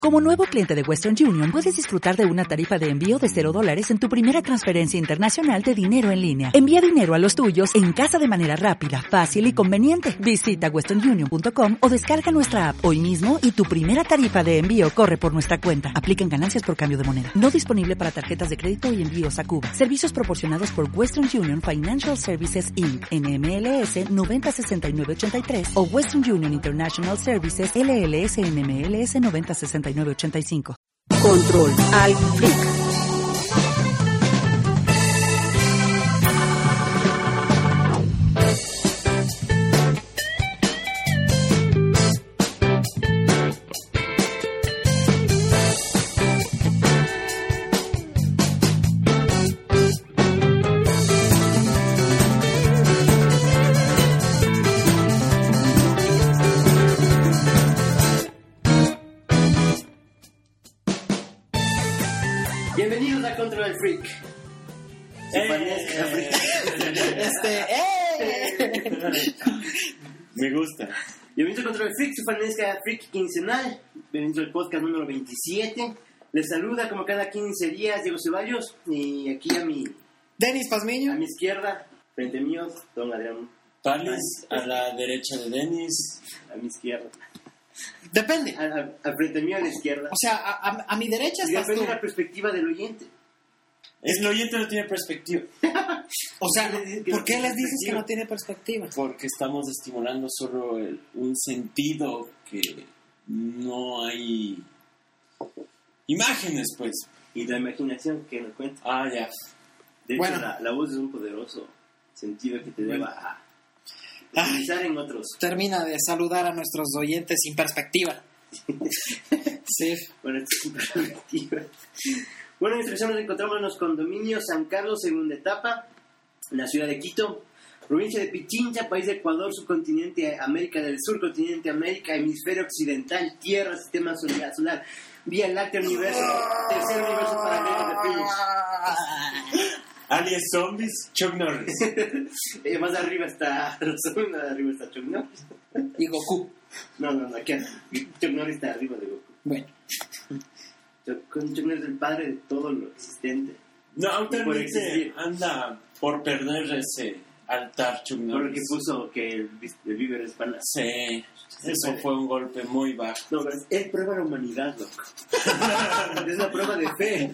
Como nuevo cliente de Western Union, puedes disfrutar de una tarifa de envío de $0 en tu primera transferencia internacional de dinero en línea. Envía dinero a los tuyos en casa de manera rápida, fácil y conveniente. Visita westernunion.com o descarga nuestra app hoy mismo y tu primera tarifa de envío corre por nuestra cuenta. Aplican ganancias por cambio de moneda. No disponible para tarjetas de crédito y envíos a Cuba. Servicios proporcionados por Western Union Financial Services Inc. NMLS 906983 o Western Union International Services LLS NMLS 906985. Control Alt Freak. Bienvenidos a Control Freak. Me gusta. Bienvenidos a Control Freak, su fanesca freak quincenal. Bienvenidos al podcast número 27. Les saluda como cada 15 días Diego Ceballos. Y aquí a mi Denis Pazmiño. A mi izquierda, frente mío, don Adrián Palis, a la derecha de Denis. A mi izquierda. Depende. Al frente mío a la izquierda. O sea, a mi derecha Y estás depende tú. de la perspectiva del oyente. El oyente no tiene perspectiva. O sea, ¿por qué les dices que perspectiva? no tiene perspectiva? Porque estamos estimulando solo un sentido que no hay imágenes, pues. Y la imaginación que nos cuenta. Ah, ya. De hecho, Bueno. la voz es un poderoso sentido que te lleva a utilizar en otros. Termina de saludar a nuestros oyentes sin perspectiva. Sí. Bueno, esto es una perspectiva. Bueno, en esta ocasión nos encontramos en los condominios San Carlos, segunda etapa, en la ciudad de Quito, provincia de Pichincha, país de Ecuador, subcontinente América del Sur, continente América, hemisferio occidental, Tierra, sistema solar, Vía Láctea, universo, tercer universo paralelo de Phoenix. Aliens Zombies, Chuck Norris. Más arriba está Chuck Norris. Y Goku. No, aquí Chuck Norris está arriba de Goku. Bueno. Chuck Norris es el padre de todo lo existente. No, Por actualmente existir. anda por perder ese altar Chuck Por lo Norris. que puso que el víver es pana. Sí, eso fue un golpe muy bajo. No, pero es prueba de la humanidad, loco. Es una prueba de fe.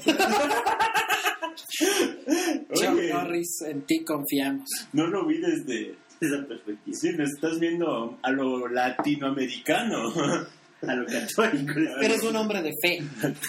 Chuck Oye, Norris, en ti confiamos. no lo vi desde... Esa perspectiva. Sí, lo estás viendo a lo latinoamericano. A lo católico. Eres un hombre de fe.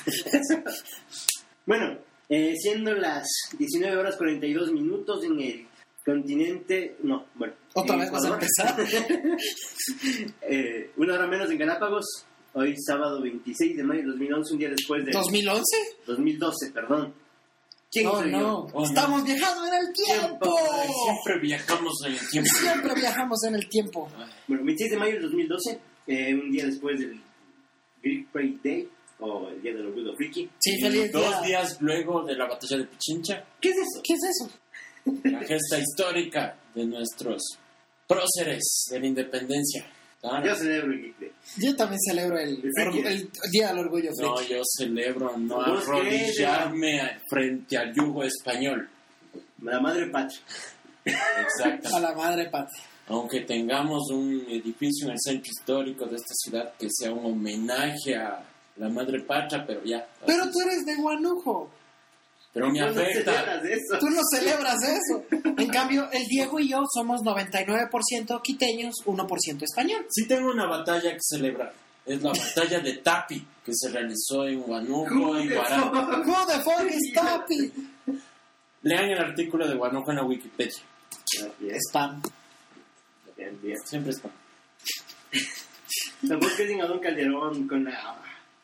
Bueno, siendo las 19 horas 42 minutos en el continente... No, bueno. ¿Otra en vez vas a Ecuador. empezar? Una hora menos en Galápagos. Hoy sábado 26 de mayo de 2011, un día después de... ¿2011? 2012, perdón. ¿Quién Oh, soy yo? no. Oh, no. Estamos viajando en el tiempo. Ay, siempre viajamos en el tiempo. Siempre viajamos en el tiempo. Bueno, 26 de mayo del 2012, un día después del Greek Pride Day, o el Día del Orgullo Friki. Sí, feliz día. 2 días luego de la batalla de Pichincha, ¿Qué es eso? ¿Qué es eso? la gesta histórica de nuestros próceres de la independencia. Claro. Yo celebro el Geek Day. Yo también celebro el Día del Orgullo No, Friki. yo celebro no ¿Vos qué? arrodillarme frente al yugo español. La madre patria. Exacto. A la madre patria. Aunque tengamos un edificio en el centro histórico de esta ciudad que sea un homenaje a la madre patria, pero ya. Pero tú eres de Guanujo. Pero me ¿Cómo no afecta. celebras eso? Tú no celebras eso. En cambio, el Diego y yo somos 99% quiteños, 1% español. Sí tengo una batalla que celebrar. Es la batalla de Tapi, que se realizó en Huánuco y Guará. Who the fuck is Tapi? Lean el artículo de Huánuco en la Wikipedia. Spam. Bien. Siempre está. Tampoco que digan a Don Calderón con la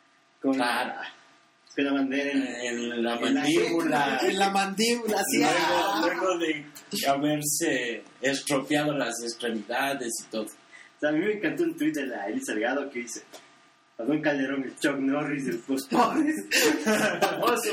bandera En la mandíbula. En la mandíbula, sí. Luego de haberse estropeado las extremidades y todo. O sea, a mí me encantó un tuit de la Eli Salgado que dice: a Don Calderón, el Chuck Norris de los pobres. Famoso.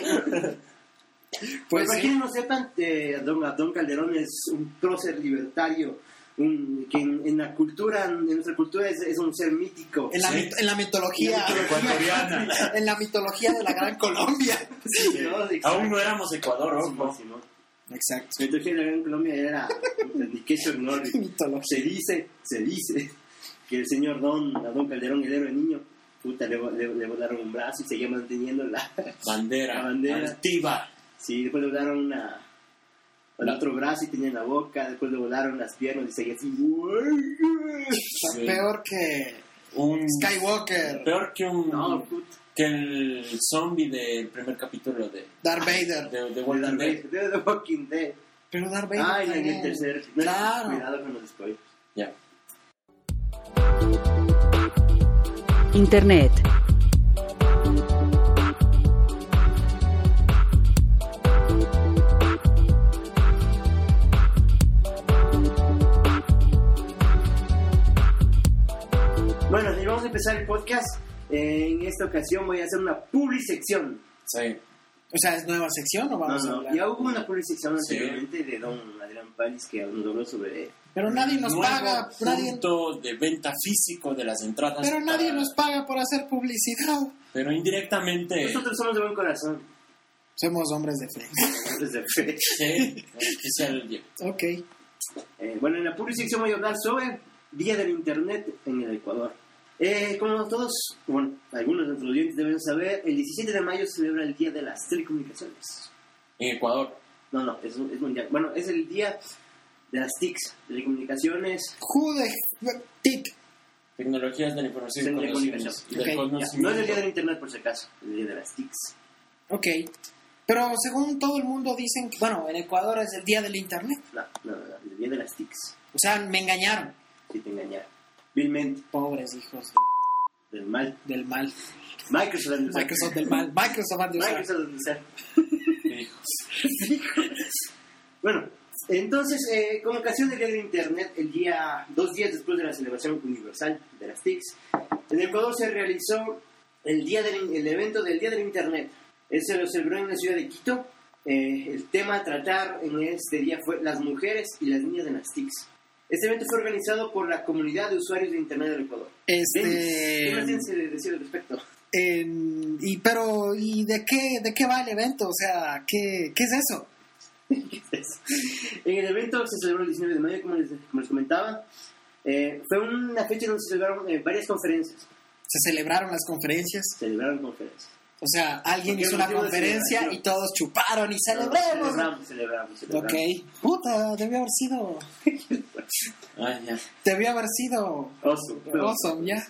Pues Para sí. quienes no sepan, Don Calderón es un prócer libertario que en la cultura, en nuestra cultura es un ser mítico. En la mitología ecuatoriana. En la mitología de la Gran Colombia. Sí, ¿no? Aún no éramos Ecuador, ojo. Sí, ¿no? Exacto. La mitología de la Gran Colombia era ni que eso no. Mitología. Se dice que el señor Don Calderón, el héroe niño, puta, le volaron un brazo y seguía manteniendo la bandera altiva. Sí, después le volaron el otro brazo y tenía en la boca, después le volaron las piernas y seguía así. Sí. Peor que un Skywalker. Peor que un No, puta. que el zombie del primer capítulo de Darth Vader. de Walking Dead. De The Walking Dead. Pero Darth Vader. Ah, y en también. el tercer. Claro. Cuidado con los spoilers. Ya. Internet. Bueno, y vamos a empezar el podcast. En esta ocasión voy a hacer una publisección. Sí. O sea, ¿es nueva sección o vamos a hablar? Ya hubo una publisección Sí. anteriormente de don Adrián Páez que nos habló sobre... Pero nadie nos Nuevo paga. Nadie, punto de venta físico de las entradas. pero nadie para- nos paga por hacer publicidad. Pero indirectamente. Nosotros somos de buen corazón. Somos hombres de fe. Desde fe. Sí. Especial día. Ok. Bueno, en la publisección voy a hablar sobre Día del Internet en el Ecuador. Como todos, bueno, algunos de nuestros oyentes deben saber, el 17 de mayo se celebra el Día de las Telecomunicaciones. En Ecuador. No, es mundial. Bueno, es el Día de las TICs, telecomunicaciones. Jude. Tic. Tecnologías de la información y Telecomunicación. conocimiento. Y del Ok, ya. conocimiento. No es el Día del Internet por si acaso, el Día de las TICs. Ok. Pero según todo el mundo dicen que, bueno, en Ecuador es el día del internet. No, el Día de las TICs. O sea, me engañaron. Si te engañaron. Vilmente, Pobres hijos del mal. del mal. Microsoft del mal. Microsoft del mal. Microsoft han de usar. Microsoft del mal. Hijos. Bueno, entonces, con ocasión del Día del Internet, 2 días después de la celebración universal de las TICs, en Ecuador se realizó el evento del Día del Internet. Se lo celebró en la ciudad de Quito. El tema a tratar en este día fue las mujeres y las niñas de las TICs. Este evento fue organizado por la comunidad de usuarios de Internet del Ecuador. ¿Qué más tienes que decir al respecto? ¿Y de qué va el evento? O sea, ¿qué es eso? En el evento se celebró el 19 de mayo, como les comentaba. Fue una fecha donde se celebraron varias conferencias. Se celebraron las conferencias. Celebraron conferencias. O sea, alguien Porque hizo una motivo de conferencia celebración. y todos chuparon y celebremos. Celebramos. Ok. Puta, debió haber sido Ya. Awesome. ya.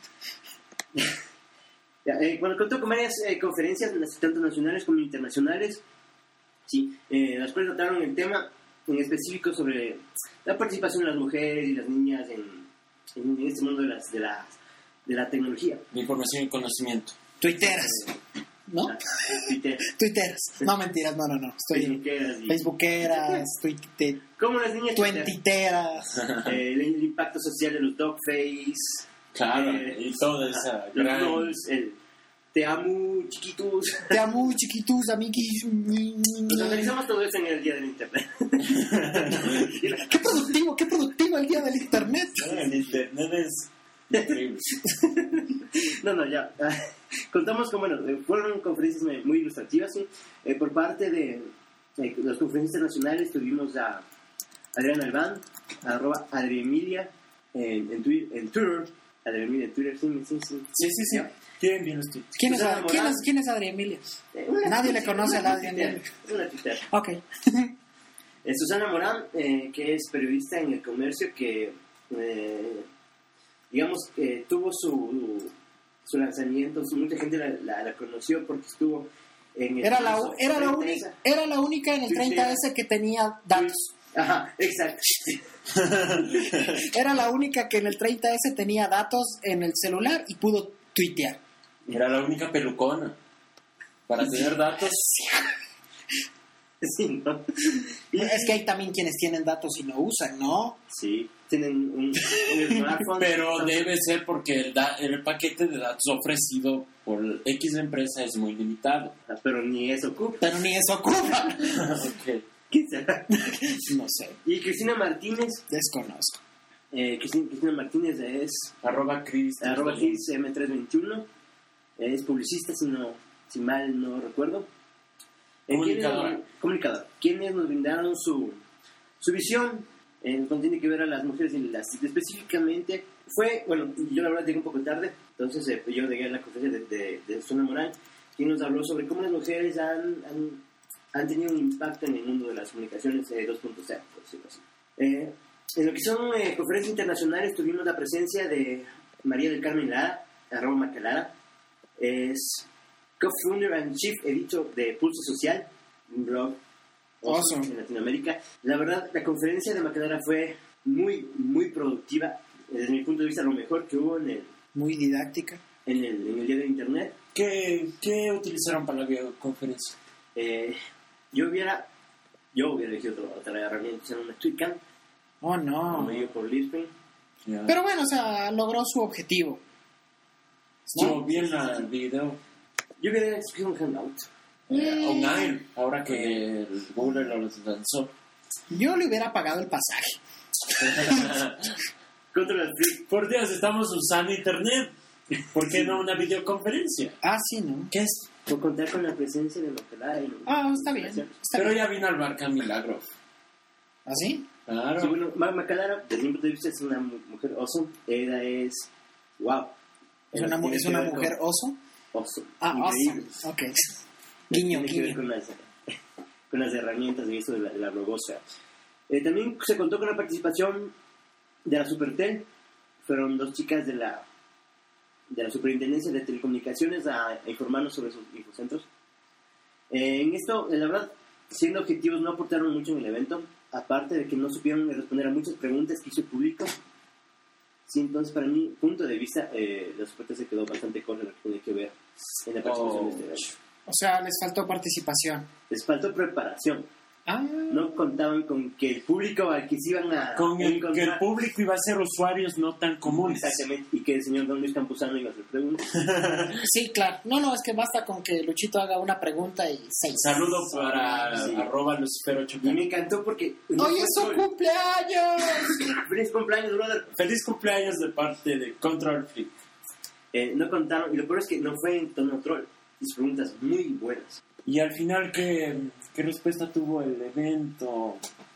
Ya, bueno, contó con varias conferencias, tanto nacionales como internacionales, sí, las cuales trataron el tema en específico sobre la participación de las mujeres y las niñas en este mundo de la tecnología. De información y conocimiento. Tuiteras. ¿No? Twitter, Tuiteras. No, mentiras, no. Estoy Facebookeras, como las niñas tuentiteras. el impacto social de los dogface, Claro. Y toda esa los gran. trolls, el te amo chiquitos. Te amo, chiquitos, amiguis. Nos analizamos todo eso en el Día del Internet. Qué productivo el día del internet. El internet es increíble. No, ya. Contamos con, fueron conferencias muy ilustrativas, ¿sí? Por parte de las conferencias nacionales tuvimos a Adrián Albán, @Adriemilia en Twitter. Adriemilia en Twitter, sí. Sí. ¿Quién viene usted? ¿Quién Susana Morán. es Adrián Emilia? Una Nadie le tuitera, conoce a una Adrián tuitera, Emilia. una tuitera. Ok. Susana Morán, que es periodista en el comercio, que tuvo su lanzamiento, mucha gente la conoció porque estuvo en el Era la única en el 30S que tenía datos. Ajá, exacto. Era la única que en el 30S tenía datos en el celular y pudo tuitear. Era la única pelucona. Para tener datos. Sí, ¿no? Es que hay también quienes tienen datos y no usan, ¿no? Sí, tienen un smartphone. Pero debe ser porque el paquete de datos ofrecido por X empresa es muy limitado. Pero ni eso ocupa. Pero ni eso ocupa. Ok. ¿Quién será? No sé, Y Cristina Martínez. desconozco. Cristina Martínez es @Cris. @M321. Es publicista, si mal no recuerdo. Comunicadora. Quienes nos brindaron su visión en cuanto tiene que ver a las mujeres y específicamente fue, bueno, yo la verdad llegué un poco tarde, entonces yo llegué a la conferencia de Zona Moral, quien nos habló sobre cómo las mujeres han tenido un impacto en el mundo de las comunicaciones 2.0, por decirlo así. En lo que son conferencias internacionales tuvimos la presencia de María del Carmen Lara, @Macalara, es co-founder and chief editor de Pulso Social, un blog Awesome. en Latinoamérica. La verdad, la conferencia de Macalara fue muy, muy productiva. Desde mi punto de vista, lo mejor que hubo en Muy didáctica. el día de Internet. ¿Qué utilizaron para la videoconferencia? Yo hubiera elegido otra herramienta, se llama una Tweetcam, Oh, no. medio por Lisbon. Ya. Pero bueno, o sea, logró su objetivo. Estuvo bien el video. Yo hubiera escogido un Hangout. Online, ahora que el Google lo lanzó. Yo le hubiera pagado el pasaje. Contra el Free. Por Dios, estamos usando internet. ¿Por qué no una videoconferencia? Ah, sí, ¿no? ¿Qué es? Por contar con la presencia de Macalara. Está bien. Está Pero bien. ya vino al Barca Milagro. ¿Así? Claro. Sí, bueno, Macalara, desde mi punto de vista, es una mujer awesome. Ella es... ¡Wow! ¿Es una mujer oso? Awesome. Ah, Increíble. awesome. Ok. Guiño, Tiene que ver guiño. con las herramientas y eso de la blogosfera. También se contó con la participación de la Supertel. Fueron 2 chicas de la Superintendencia de Telecomunicaciones a informarnos sobre sus infocentros. En esto, la verdad, siendo objetivos, no aportaron mucho en el evento, aparte de que no supieron responder a muchas preguntas que hizo el público. Sí, entonces, para mi punto de vista, la Supertel se quedó bastante corta en lo que tiene que ver en la participación de este evento. O sea, les faltó participación. Les faltó preparación. Ah, No contaban con que el público al que se iban a Con el que el encontrar... público iba a ser usuarios no tan comunes. Exactamente, y que el señor Don Luis Campuzano iba a hacer preguntas. sí, claro. No, es que basta con que Luchito haga una pregunta y 6. Saludo para Sí. @Lucifer8. Y me encantó porque... ¡Hoy es su cumpleaños! ¡Feliz cumpleaños, brother! Feliz cumpleaños de parte de Control Freak. No contaron, y lo peor es que no fue en tono troll. Hizo preguntas muy buenas. Y al final, ¿qué respuesta tuvo el evento?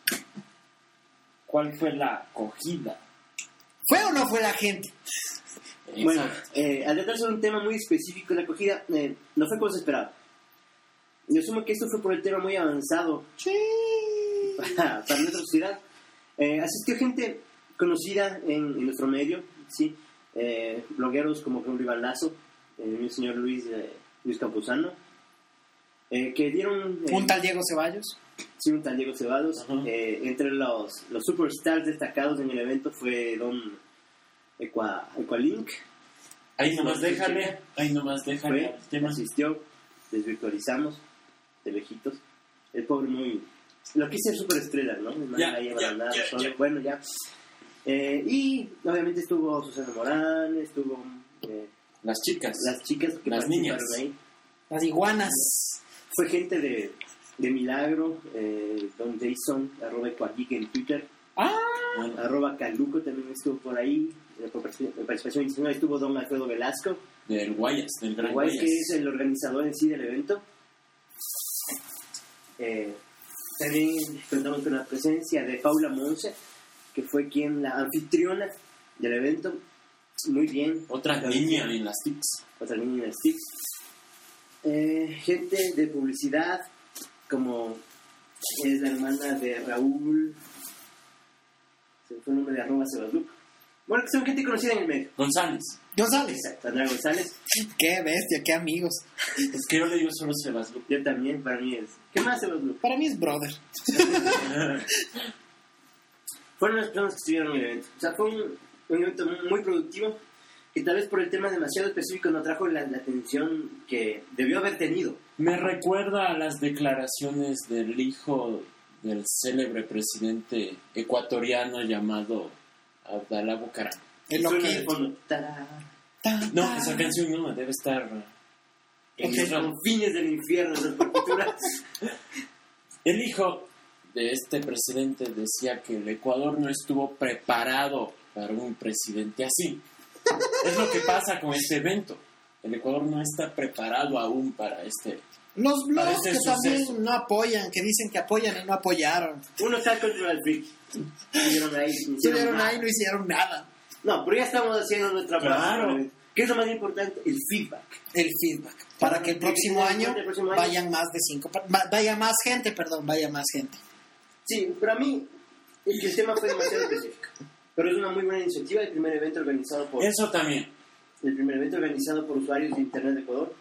¿Cuál fue la acogida? ¿Fue o no fue la gente? Bueno, Exacto. al tratarse de un tema muy específico de la acogida, no fue como se esperaba. Yo asumo que esto fue por el tema muy avanzado Sí. para nuestra sociedad. Asistió gente conocida en nuestro medio, ¿sí? Blogueros como Juan Iván Lazo, el señor Luis Campuzano, que dieron... Un tal Diego Ceballos. Sí, un tal Diego Ceballos. Ajá. Entre los superstars destacados en el evento fue Don Equalink. Ahí nomás déjale Fue, el tema. asistió, desvirtualizamos de lejitos. El pobre muy... Lo quise ser superestrella, ¿no? Ya. Bueno, ya. Y obviamente estuvo Susana Morán, estuvo Las chicas. las chicas que Las participaron niñas. ahí. Las iguanas. Fue gente de Milagro, Don Jason, @Equageek en Twitter, Ah, @Caluco también estuvo por ahí. Por participación internacional estuvo Don Alfredo Velasco, Del Guayas, del Gran Guay, que Guayas. es el organizador en sí del evento. También contamos con la presencia de Paula Monse, que fue la anfitriona del evento. Muy bien. Otra niña en las tips. Otra niña en las TICs. Gente de publicidad, como es la hermana de Raúl, se me fue el nombre de @Sebasluc. Bueno, que son gente conocida en el medio. González. González. Exacto, Andrea González. Qué bestia, qué amigos. Es que yo le digo solo Sebasluc. Yo también, para mí es. ¿Qué más Sebasluc? Para mí es brother. Fueron las personas que estuvieron en el evento. O sea, fue un evento muy productivo, que tal vez por el tema demasiado específico no trajo la atención que debió haber tenido. Me recuerda a las declaraciones del hijo del célebre presidente ecuatoriano llamado Abdalá Bucaram. El Suena de loquito. fondo. ¡Tarán! No, esa canción no, debe estar... En los confines del infierno, esas partituras. El hijo de este presidente decía que el Ecuador no estuvo preparado para un presidente así. Es lo que pasa con este evento. El Ecuador no está preparado aún para este... Los blogs Parece que suceso. también no apoyan, que dicen que apoyan y no apoyaron. Uno está contra el freak. Estuvieron ahí. no hicieron Estuvieron nada. ahí y no hicieron nada. No, pero ya estamos haciendo nuestra Claro. parte. ¿Qué es lo más importante? El feedback. El feedback. Para que el próximo año El próximo año. vayan más de 5... Vaya más gente. Sí, pero a mí es que el tema fue demasiado específico. Pero es una muy buena iniciativa. El primer evento organizado por Eso también. usuarios de Internet de Ecuador.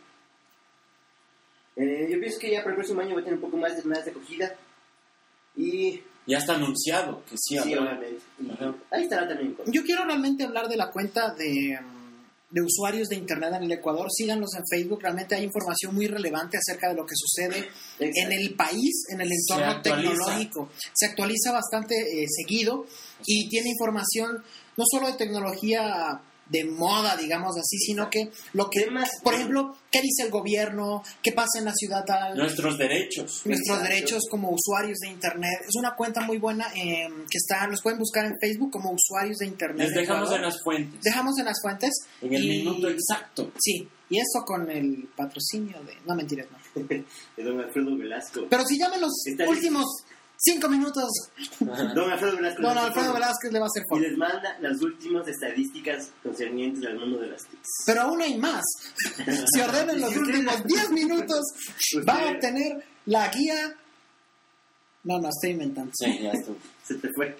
Yo pienso que ya para el próximo año va a tener un poco más de acogida. Y Ya está anunciado que sí sí, habrá. obviamente. Y Ajá. ahí estará también. Yo quiero realmente hablar de la cuenta de usuarios de Internet en el Ecuador. Síganlos en Facebook. Realmente hay información muy relevante acerca de lo que sucede en el país, en el entorno actualiza. tecnológico. Se actualiza bastante seguido y tiene información no solo de tecnología de moda, digamos así, sino que lo que, Temas- por ejemplo, qué dice el gobierno, qué pasa en la ciudad tal, Nuestros derechos. nuestros Exacto. derechos como usuarios de Internet. Es una cuenta muy buena que está, los pueden buscar en Facebook como usuarios de Internet. Les dejamos Ecuador. en las fuentes. Dejamos en las fuentes. En el y- minuto exacto. Sí, y eso con el patrocinio de... No, mentiras, no. De don Alfredo Velasco. Pero si llaman los Está últimos 5 minutos, Don Alfredo Velasco. don Alfredo Velázquez le va a hacer Y foto. les manda las últimas estadísticas concernientes al mundo de las TICs. Pero aún hay más. Si ordenan los Si usted- últimos 10 minutos, Usted- va a obtener la guía... No, estoy inventando. Sí, ya estuvo. Se te fue.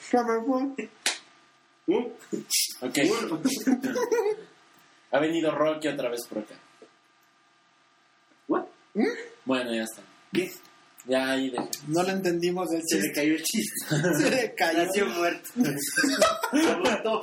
Ok. Ha venido Rocky otra vez por acá. ¿What? Bueno, ya está. ¿Qué? Ya ahí deja. No lo entendimos el Se le chiste. cayó el chiste. Se le cayó. Nació muerto. Abortó.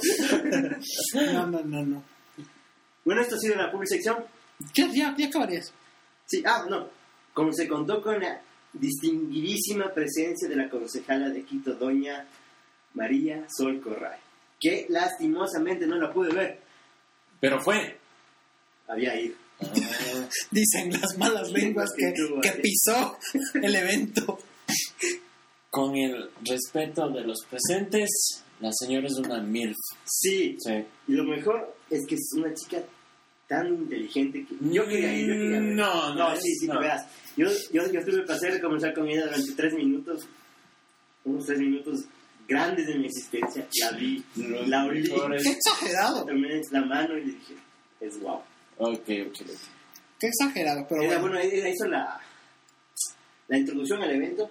No. Bueno, esto ha sido la publisección. Ya acabarías. Sí, no. Como se contó con la distinguidísima presencia de la concejala de Quito, doña María Sol Corral, que lastimosamente no la pude ver. Pero fue. Había ido. Dicen las malas lenguas que pisó el evento. Con el respeto de los presentes, la señora es una MILF. Sí, Sí. y lo mejor es que es una chica tan inteligente que yo quería ir. No, sí, no. te veas. Yo tuve el placer de conversar con ella durante 3 minutos, unos 3 minutos grandes de mi existencia. La vi, la olí, mejores. Qué exagerado. tomé la mano y le dije, es guau. Ok. Qué exagerado, pero Ella, bueno. ella hizo la introducción al evento.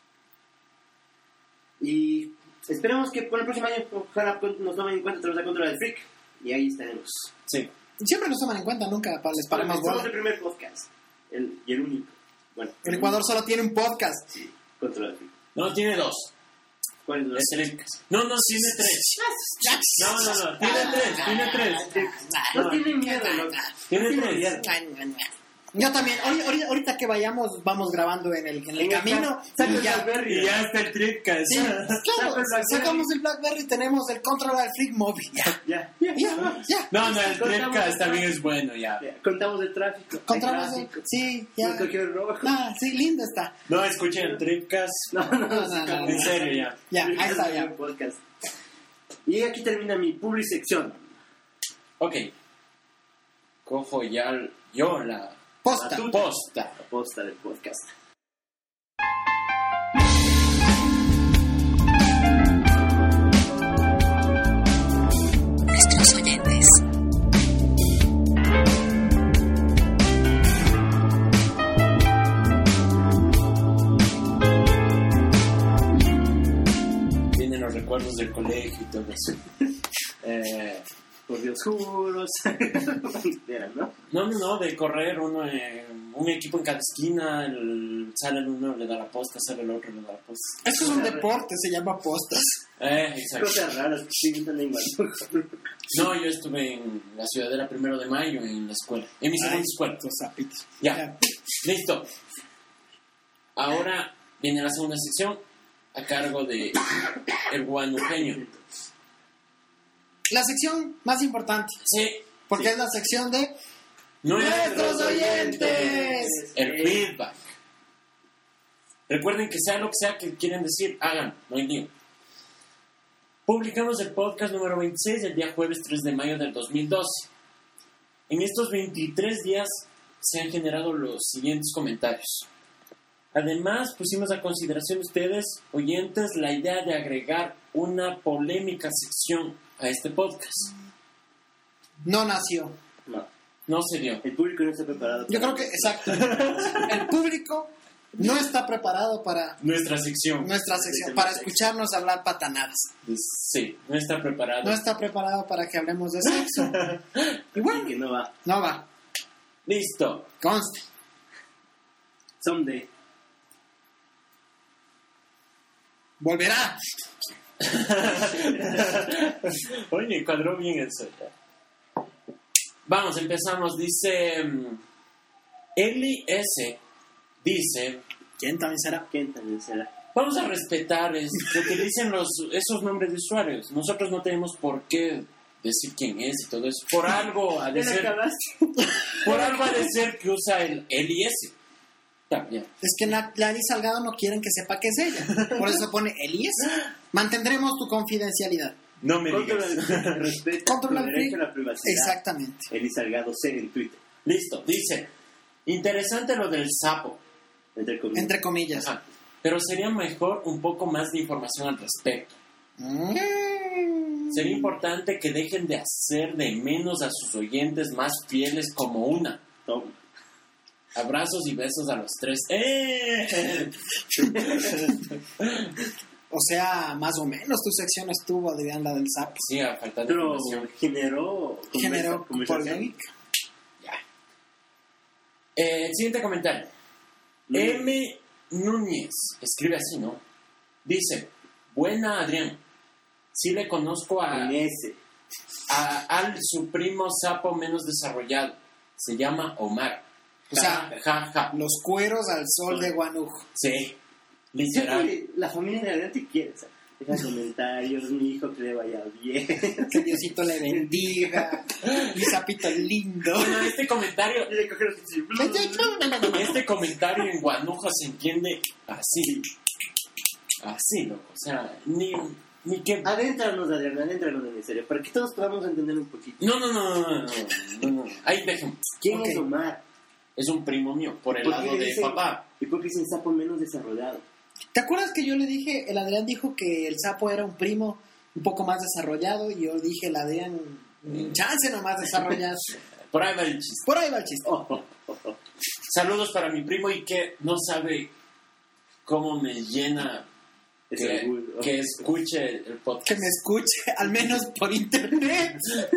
Y esperemos que por el próximo año ojalá nos tomen en cuenta otra vez la contra del freak. Y ahí estaremos. Sí. Siempre nos toman en cuenta, nunca les paramos Somos bola. el primer podcast. Y el único. Bueno, El Ecuador solo tiene un podcast. Sí, contra del freak. No, tiene 2. ¿Cuál es la Es Tripcas. No, tiene 3. No. Tiene 3. No tiene miedo, loco. Tiene No 3. Yo también, ahorita que vayamos, vamos grabando en el camino. Saca Y el ya. Blackberry. Y ya está el Tripcas. Sí, claro, Saca el Blackberry. sacamos el Blackberry y tenemos el Control al Freak móvil. Ya. Ya. No, el Tripcas también es bueno, ya. Contamos el tráfico. Contamos Hay el... tráfico. Sí, ya. Nos cogió el rojo. Ah, sí, lindo está. No, escuchen el Tripcas. No. No. En serio, ya. Ya, ahí está, ya. Podcast. Y aquí termina mi publisección. Ok. Cojo ya yo la Posta. posta. La posta del podcast. Nuestros oyentes. Vienen los recuerdos del colegio y todo eso. Por Dios juros. Era, ¿no? No, de correr uno, un equipo en cada esquina, sale el uno, le da la posta, sale el otro, le da la posta. Eso es un deporte, se llama postas. Exacto. Cosas raras que siguen tan igual. No, yo estuve en la Ciudadela 1 de Mayo, en la escuela, en mi segunda escuela. Los zapitos. Ya, listo. Ahora viene la segunda sección a cargo de el guanujeño. La sección más importante, Sí, porque es la sección de nuestros ¡Nuestros oyentes! El feedback. Recuerden que sea lo que sea que quieren decir, hagan, no hay lío. Publicamos el podcast número 26 el día jueves 3 de mayo del 2012. En estos 23 días se han generado los siguientes comentarios. Además, pusimos a consideración de ustedes, oyentes, la idea de agregar una polémica sección a este podcast. No nació. No se dio. El público no está preparado. Yo creo que, exacto. El público no está preparado para Nuestra sección. para escucharnos hablar patanadas. Sí, no está preparado. No está preparado para que hablemos de sexo. Y bueno, Que no va. no va. Listo. Conste. Someday. Volverá. Oye, cuadró bien eso. Vamos, empezamos. Dice Eli S. Dice, ¿Quién también será? ¿Quién también será? vamos a respetar que utilicen esos nombres de usuarios. Nosotros no tenemos por qué decir quién es y todo eso. Por algo ha de ¿Ya lo ser, acabaste? por algo ha de ser que usa el Eli S. Ya, ya. Es que Lali Salgado no quieren que sepa que es ella. Por eso pone Elías. Mantendremos tu confidencialidad. No me Controla digas. el respeto, Controla tu el derecho free. a la privacidad. Exactamente. Eli Salgado C en Twitter, Listo, dice, interesante lo del sapo. entre comillas. Entre comillas. Ajá. Pero sería mejor un poco más de información al respecto. Sería importante que dejen de hacer de menos a sus oyentes más fieles como una. Toma. Abrazos y besos a los tres. O sea, más o menos tu sección estuvo, Adrián, la del sapo. Sí, a falta de Pero información. generó conversación. polémica. Ya. Siguiente comentario. M. Núñez, escribe así, ¿no? Dice, buena Adrián, sí le conozco En ese. al su primo sapo menos desarrollado. Se llama Omar. O sea, ja. los cueros al sol de Guanujo. Sí, literal. Siempre la familia de adelante quiere, ¿sabes? Deja comentarios, mi hijo que le vaya bien. Que Diosito le bendiga. Mi sapito lindo. Bueno, este comentario Y le coge los así, Este comentario en Guanujo se entiende así. Así, loco. O sea, ni que... Adéntranos, Adrián, adéntranos en serio, para que todos podamos entender un poquito. No. Ahí déjenme. ¿Quién Ok. es Omar? Es un primo mío, por el ¿Por qué lado le de dicen- papá. ¿Y por qué dicen sapo menos desarrollado? ¿Te acuerdas que yo le dije, el Adrián dijo que el sapo era un primo un poco más desarrollado? Y yo dije, el Adrián, chance nomás desarrollado. Por ahí va el chiste. Por ahí va el chiste. Oh. Saludos para mi primo y que no sabe cómo me llena Es que, orgullo. que escuche el podcast. Que me escuche, al menos por internet.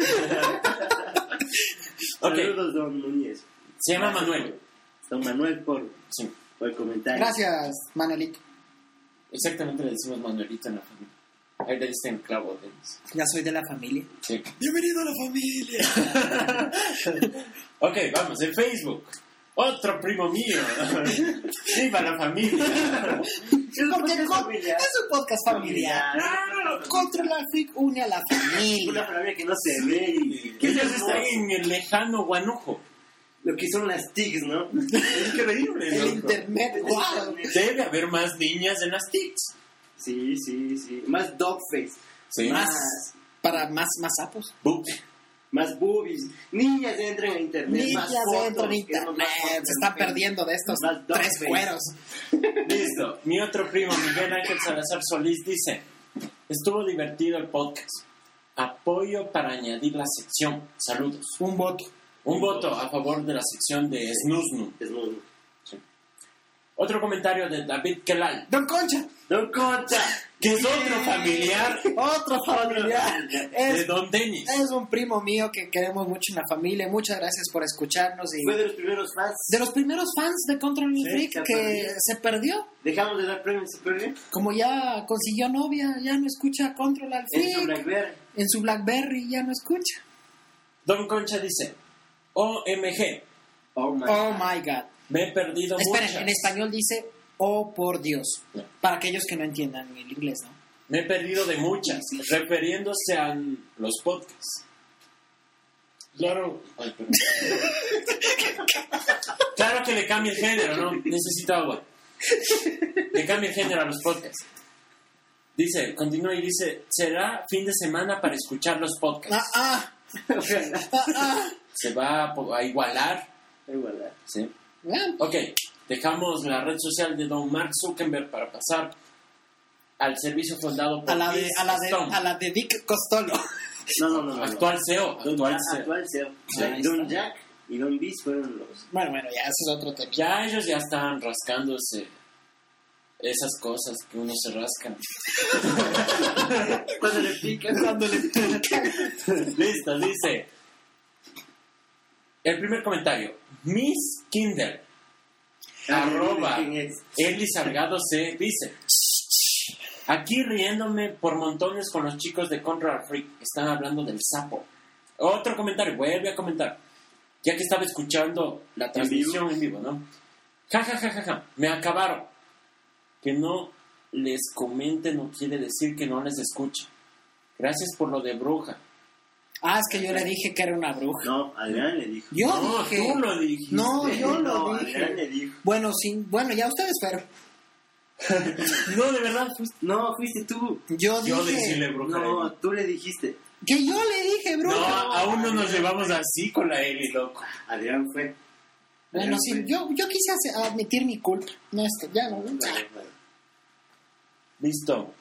Ok, Saludos, don Núñez. se llama Manuel. Don Manuel por Sí, el comentario. Gracias, Manuelito. exactamente le decimos Manuelito en la familia. Ahí le diste el clavo, Denis. Ya soy de la familia. Sí. Bienvenido a la familia. Ok, vamos, en Facebook. Otro primo mío. Viva la familia. Porque es un podcast familiar. Controla al Freak une a la Una familia. familia que no se ve y Que ellos hermoso. están en el lejano Guanujo. Lo que son las TICs, ¿no? Es increíble, El loco. internet, wow. Debe haber más niñas en las TICs. Sí. Más dogface. Sí. Más, para más sapos. Más boobies. Niñas entran a internet. Niñas más fotos, entran en queremos más internet. fotos Se están en Facebook. perdiendo de estos Más tres dogface. cueros. Listo. Mi otro primo, Miguel Ángel Salazar Solís, dice: estuvo divertido el podcast. Apoyo para añadir la sección. Saludos. Un voto. Un voto a favor de la sección de Snusnu. Es muy... Otro comentario de David Kelal, Don Concha. Don Concha. que es otro familiar Otro familiar. de Es, Don Denis. es un primo mío que queremos mucho en la familia. Muchas gracias por escucharnos. Y Fue de los primeros fans. de los primeros fans de Control Sí, Freak se que perdió. se perdió. Dejamos de dar premios super bien. Como ya consiguió novia, ya no escucha Control al En su Freak. Blackberry. En su Blackberry ya no escucha. Don Concha dice: OMG, Oh my. Oh my God. me he perdido Esperen, muchas. en español dice oh por Dios. No. Para aquellos que no entiendan el inglés, ¿no? Me he perdido de muchas, refiriéndose a los podcasts. Claro. Ay, perdón. Claro que le cambia el género, ¿no? Necesito agua. Le cambia el género a los podcasts. Dice, continúa y dice, será fin de semana para escuchar los podcasts. Se va a igualar. Sí. Ok, dejamos la red social de don Mark Zuckerberg para pasar al servicio fundado por a la de Dick Costolo. No. Actual CEO. Actual CEO. Sí, Don Jack y Don Biz fueron los... Bueno, ya ese es otro tema. Ya ellos ya están rascándose esas cosas que uno se rasca. Cuando le pican. Listo, dice. El primer comentario. Miss Kindle. Arroba. Eli Salgado C. Dice. Aquí riéndome por montones con los chicos de Control Freak. Están hablando del sapo. Otro comentario. Vuelve a comentar. Ya que estaba escuchando la transmisión en vivo, ¿no? Ja. Me acabaron. Que no les comente no quiere decir que no les escuche. Gracias por lo de bruja. Es que yo le dije que era una bruja. No, Adrián le dijo. Yo dije. Tú lo dijiste. No, yo lo dije. Adrián le dijo. Bueno, ya ustedes fueron. No, de verdad. No, fuiste tú. Yo dije. decirle bruja. No, tú le dijiste. Que yo le dije bruja. No, aún no nos llevamos así con la Eli, loco. Adrián fue. Bueno, sí, yo quise admitir mi culpa. No, ya no. Listo.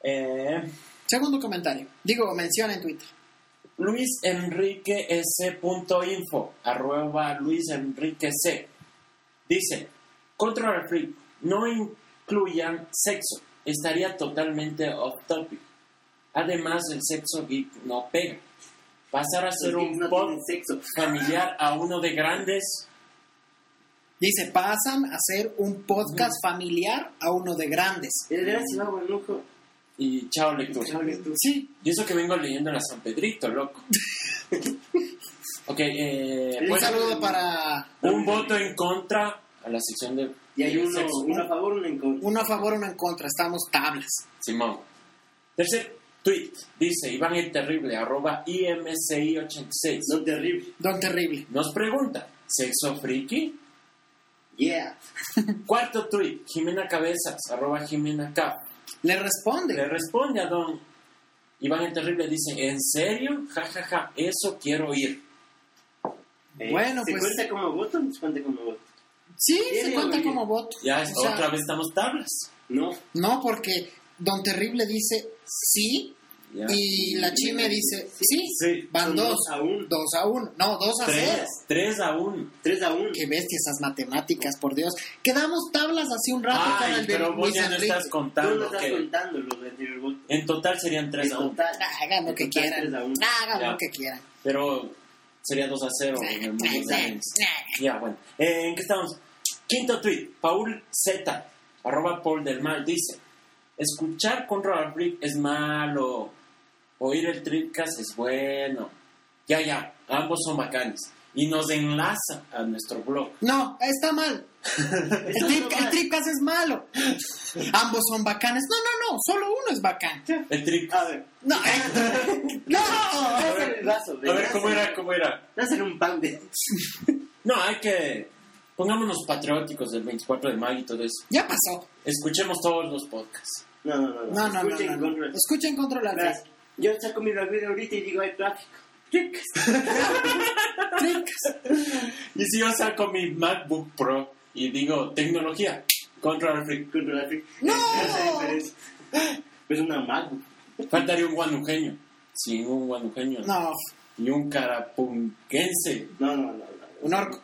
Segundo comentario. Mención en Twitter. Luis Enrique S.info @ Luis Enrique C. Dice, Control Freak, no incluyan sexo. Estaría totalmente off topic. Además, el sexo geek no pega. Pasar a ser un podcast familiar a uno de grandes. Dice, pasan a ser un podcast familiar a uno de grandes. Gracias, Guanuco. Y chao lectura. Sí. Y eso que vengo leyendo en la San Pedrito, loco. Ok, un saludo para... Un voto en contra a la sección de... Y hay uno a favor, uno en contra. Uno a favor, uno en contra. Estamos tablas. Simón. Tercer tweet. Dice Iván el Terrible, @IMCI86. Don Terrible. Nos pregunta, ¿sexo friki? Yeah. Cuarto tweet. Jimena Cabezas, @JimenaCap. Le responde a don Iván el Terrible. Dice, ¿en serio? Ja, eso quiero oír. Bueno, ¿Se pues... cuenta como voto o no se cuenta como voto? Sí, se cuenta como voto. Ya, otra vez estamos tablas. No, porque Don Terrible dice sí, ya. Y la Chime dice sí. Van 2 a 1. 2 a 1. No, 2 a 0. 3 a 1. 3 a 1. Qué bestia esas matemáticas, por Dios. Quedamos tablas hace un rato con el de pero vos ya no estás contando. Tú no estás contando los del anterior voto. En total serían 3 a 1. Hagan lo que quieran. Hagan lo que quieran. Pero sería 2 a 0. Ya, bueno. ¿En qué estamos? Quinto tweet. Paul Z, @Paul del Mal, dice, escuchar Control Freak es malo. Oír el Tripcast es bueno. Ya, ambos son bacanes. Y nos enlaza a nuestro blog. No, está mal. El Tripcast es malo. Ambos son bacanes. No, solo uno es bacán. El Tripcast. A ver. No. A ver, ¿cómo era? Hacer un pan de... No, hay que... Pongámonos patrióticos del 24 de mayo y todo eso. Ya pasó. Escuchemos todos los podcasts. No. Escuchen Control Freak. Yo saco mi radio ahorita y digo, hay tráfico. Y si yo saco mi MacBook Pro y digo, tecnología, Control Freak. ¡No! Es una MacBook. Faltaría un guanujeño. Sin un guanujeño. No. Y un carapunquense. No. Un orco.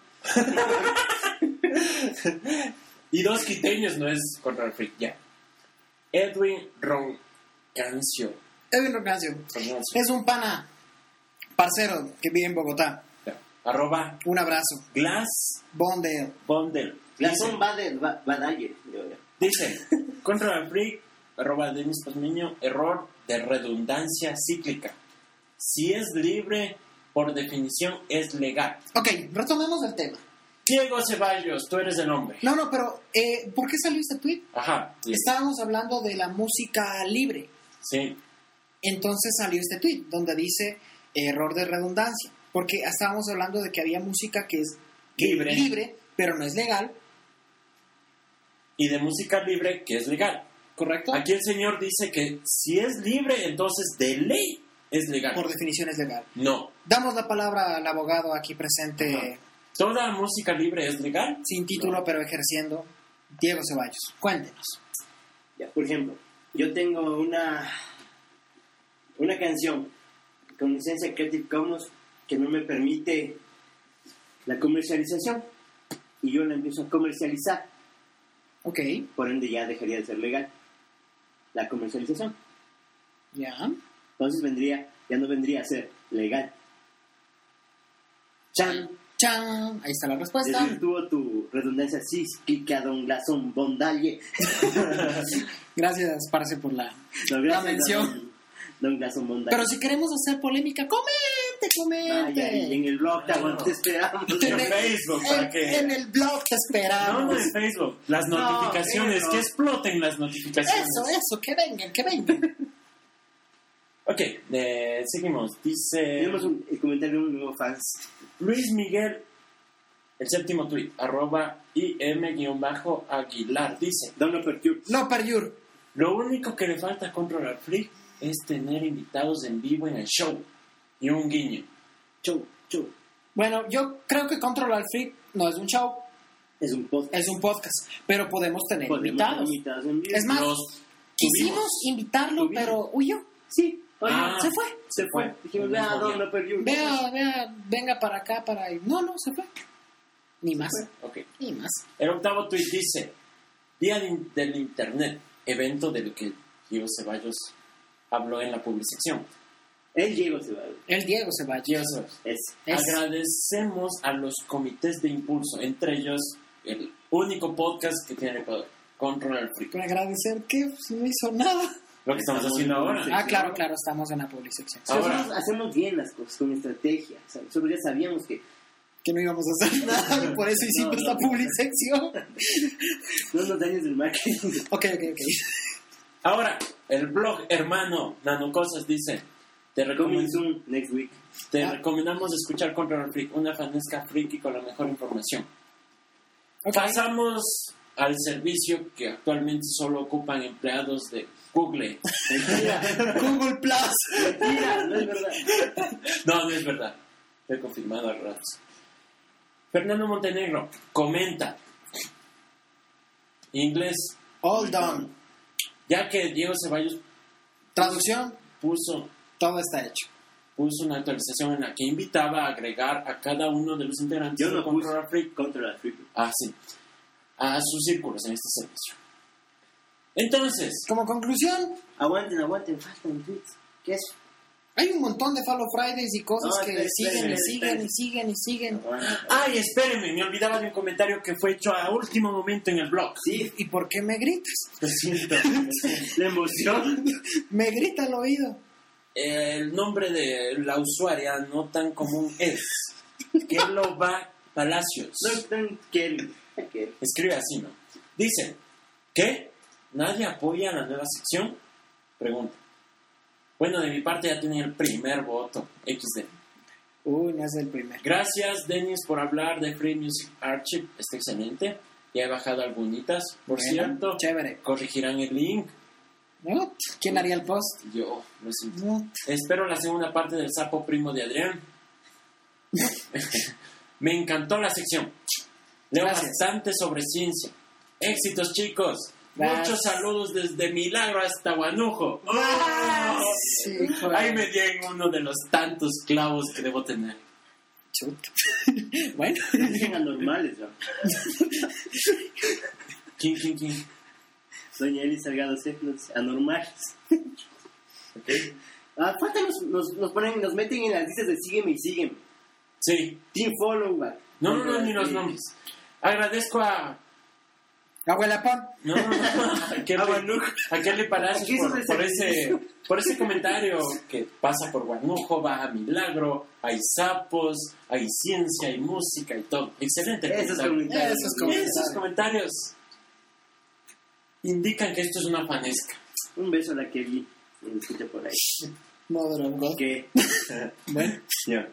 Y 2 quiteños no es Control Freak, ya. Edwin Roncancio. Es un pana parcero que vive en Bogotá. Ya. @ Un abrazo. Glass Bondel. Glassón Badalle. Dice, Control Freak, @Denis Pasmiño, error de redundancia cíclica. Si es libre, por definición es legal. Ok, retomemos el tema. Diego Ceballos, tú eres el hombre. No, pero ¿por qué salió este tweet? Ajá. Sí. Estábamos hablando de la música libre. Sí. Entonces salió este tweet donde dice error de redundancia. Porque estábamos hablando de que había música que es libre, pero no es legal. y de música libre que es legal. ¿Correcto? Aquí el señor dice que si es libre, entonces de ley es legal. Por definición es legal. No. Damos la palabra al abogado aquí presente, Ajá. ¿Toda música libre es legal? sin título, No. pero ejerciendo. Diego Ceballos, cuéntenos. Ya, por ejemplo, yo tengo una canción con licencia Creative Commons que no me permite la comercialización y yo la empiezo a comercializar, Ok, por ende ya dejaría de ser legal la comercialización. ya. Entonces ya no vendría a ser legal. Chan. ¡Chan! Ahí está la respuesta. Desvirtuó tu redundancia sísquica, don Glasón Bondalle. Gracias, parce, por la mención. Don Glasón Bondalle. Pero si queremos hacer polémica, comente. Y en el blog te esperamos. En Facebook, ¿para qué? En el blog te No, esperamos. no en Facebook. Las notificaciones, pero- que exploten las notificaciones. Eso, que vengan. Ok, seguimos. Dice Tenemos el comentario de un nuevo fans. Luis Miguel, el séptimo tweet, @im_aguilar. Dice: Don Aperture. No, Perjur. lo único que le falta a Control Alt Freak es tener invitados en vivo en el show. Y un guiño. Show. Bueno, yo creo que Control Alt Freak no es un show, Es un podcast. es un podcast, pero podemos tener Podemos invitados. tener invitados en vivo. Es más, Los quisimos tuvimos. invitarlo, Tuvimos. pero huyó. Sí. Oye, Ah. Se fue. se fue. Dijimos, vea, Don Aperture. Vea, venga para acá, para ahí. No, se fue. Ni más. Ok. Ni más. El octavo tweet dice: Día del Internet, evento del que Diego Ceballos habló en la publicación. El Diego se va. El Diego Ceballos. Diego Ceballos. Es. Agradecemos a los comités de impulso, entre ellos el único podcast que tiene Ecuador, Control Alt Freak. Con agradecer que no hizo nada. Lo que estamos haciendo ahora. Ah, claro, estamos en la publicación. Ahora. Nosotros hacemos bien las cosas con estrategia. O sea, nosotros ya sabíamos que Que no íbamos a hacer nada y por eso hicimos No, esta no. publicación. no nos dañes del marketing. Ok. Ahora, el blog hermano Nanocosas dice: Coming soon, next week. Te recomendamos escuchar Control Alt Freak, una fanesca friki con la mejor información. Ok. Pasamos al servicio que actualmente solo ocupan empleados de Google. Mentira, Google Plus. mentira, no es verdad. No es verdad. He confirmado al rato. Fernando Montenegro comenta: inglés, All done. ya que Diego Ceballos Traducción, puso todo está hecho. una actualización en la que invitaba a agregar a cada uno de los integrantes Yo de no Control puse Alt Freak contra la Freak. sí, a sus círculos en este servicio. Entonces, Como conclusión, Aguanten, faltan tweets. ¿Qué es? hay un montón de Follow Fridays y cosas No, que esperen. siguen. ay, espérenme, me olvidaba de un comentario que fue hecho a último momento en el blog. Sí, ¿Y por qué me gritas? Lo siento. la emoción. Me grita al oído. El nombre de la usuaria no tan común es Kelova Palacios. No están que Escribe así, ¿no? Dice: ¿qué? ¿Nadie apoya la nueva sección? Pregunta. Bueno, de mi parte ya tenía el primer voto. XD. Uy, no es el primero. Gracias, Denis, por hablar de Free Music Archive. Está excelente. Ya he bajado algunitas. Por Bueno, cierto, chévere. corregirán el link. ¿No? ¿Quién haría el post? Yo lo siento. No. Espero la segunda parte del sapo primo de Adrián. Me encantó la sección. Leo Gracias. bastante sobre ciencia. Éxitos, chicos. Gracias. Muchos saludos desde Milagro hasta Guanujo. Sí, joder. Ahí me di en uno de los tantos clavos que debo tener. Chuta. Bueno. dicen anormales, ¿no? ¿Quién? Doña Eli Salgado Cefnos, anormales. Ok. Falta nos meten en las listas de sígueme y sígueme. Sí. Team Follow back. No, ni los nombres. Agradezco a... Abuela Pon. No. A Kelly Palacios Aquí es por ese comentario que pasa por Guanujo, va a Milagro, hay sapos, hay ciencia, hay música y todo. Excelente. el Esos comentario. comentarios. Esos comentarios indican que esto es una fanesca. Un beso a la Kelly. Que lo escucha por ahí. Mother of God. Que Bueno. Ya.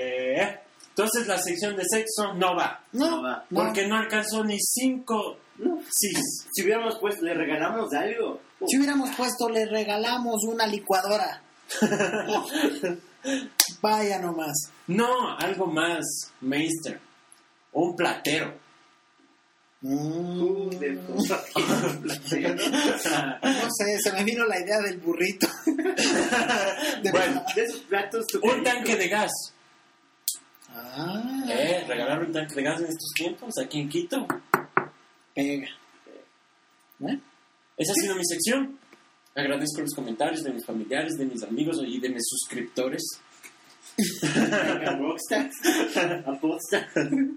Entonces la sección de sexo no va. No, No va. no. Porque no alcanzó ni 5 Sí. Si hubiéramos puesto, le regalamos algo. Si hubiéramos puesto, le regalamos una licuadora. Vaya nomás. No, algo más, Meister. Un platero. No sé, se me vino la idea del burrito. Bueno, De esos platos. un tanque de gas. Ah, Regalar un tanque de gas en estos tiempos, aquí en Quito. pega. ¿Eh? Esa ha sido mi sección. Agradezco los comentarios de mis familiares, de mis amigos y de mis suscriptores. Venga, Rockstar. Aposta.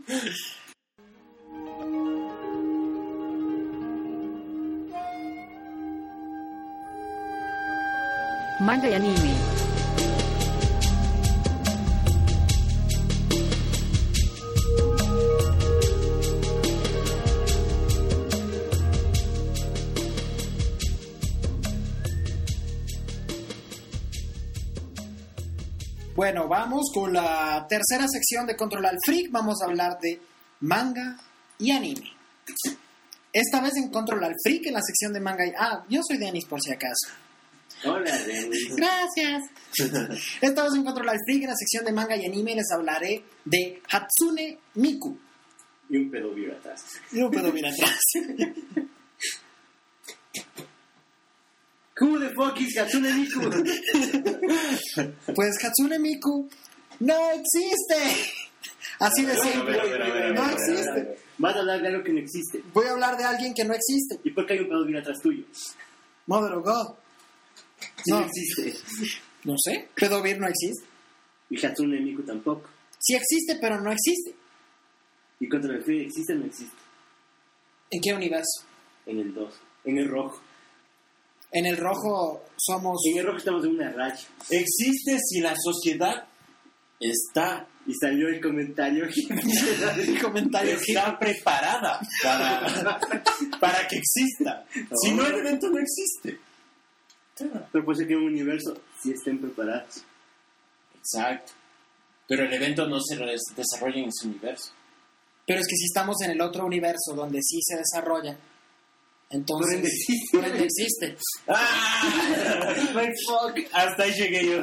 Manga y anime. Bueno, vamos con la tercera sección de Control al Freak. Vamos a hablar de manga y anime. Esta vez en Control al Freak, en la sección de manga y... yo soy Denis, por si acaso. Hola, Denis. Gracias. Esta vez en Control al Freak, en la sección de manga y anime, les hablaré de Hatsune Miku. Y un pedo vivo atrás. Y no puedo mirar atrás. Who the fuck is Hatsune Miku? Pues Hatsune Miku no existe. Así de simple. No existe. Vas a hablar de algo que no existe. Voy a hablar de alguien que no existe. ¿Y por qué hay un pedo vivo atrás tuyo? Mother of God. Si No. no existe. No sé. Pedovir no existe. Y Hatsune Miku tampoco. Sí existe, pero no existe. ¿Y Contra el Free existe o no existe? ¿En qué universo? En el 2. En el rojo. En el rojo somos... En el rojo estamos en una racha. Existe si la sociedad está Y salió el comentario. El comentario que... está preparada para que exista. Si no, el evento no existe. Pero puede ser que en un universo sí estén preparados. Exacto. Pero el evento no se desarrolla en ese universo. Pero es que si estamos en el otro universo donde sí se desarrolla, entonces... Por ende existe. Por ende existe. ¡Ah! My fuck. Hasta ahí llegué yo.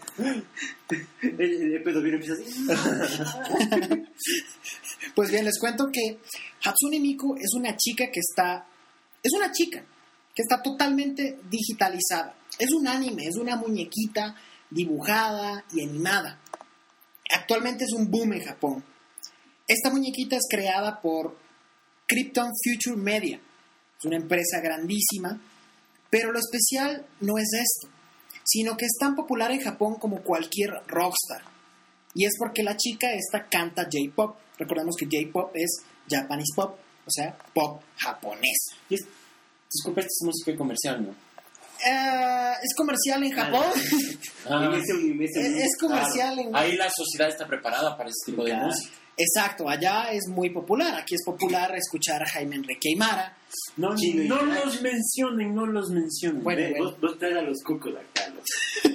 El pedo vivo empieza así. Pues bien, les cuento que Hatsune Miku es una chica que está... Es una chica que está totalmente digitalizada. Es un anime, es una muñequita dibujada y animada. Actualmente es un boom en Japón. Esta muñequita es creada por Krypton Future Media. Es una empresa grandísima, pero lo especial no es esto, sino que es tan popular en Japón como cualquier rockstar. Y es porque la chica esta canta J-pop. Recordemos que J-pop es Japanese pop, o sea, pop japonés. Disculpa, esta es música comercial, ¿no? Es comercial en Japón. En ese universo. Es comercial en... Ahí la sociedad está preparada para ese tipo de Claro. música. Exacto, allá es muy popular. Aquí es popular escuchar a Jaime Enrique Aymara. No, Chino y no Crack. los mencionen, no los mencionen. Bueno, Ve, vos traes a los cucos acá. ¿No?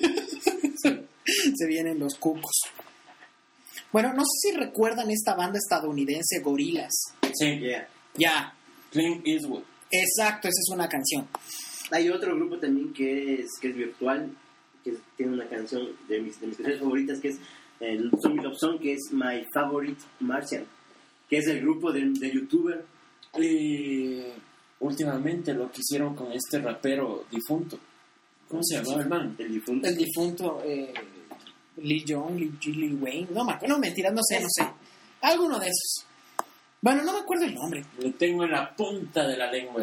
Se vienen los cucos. Bueno, no sé si recuerdan esta banda estadounidense Gorillaz. Sí, Yeah. Ya, Clint Eastwood. exacto, esa es una canción. Hay otro grupo también que es virtual, que tiene una canción de mis canciones favoritas, que es el Zombie Love Song, que es My Favorite Martian, que es el grupo de youtuber. Últimamente lo que hicieron con este rapero difunto. ¿Cómo se llamaba el man? El difunto. El difunto Lee Young, Lil Wayne, no me acuerdo, no, mentiras, no sé. Alguno de esos. Bueno, no me acuerdo el nombre. Lo tengo en la punta de la lengua.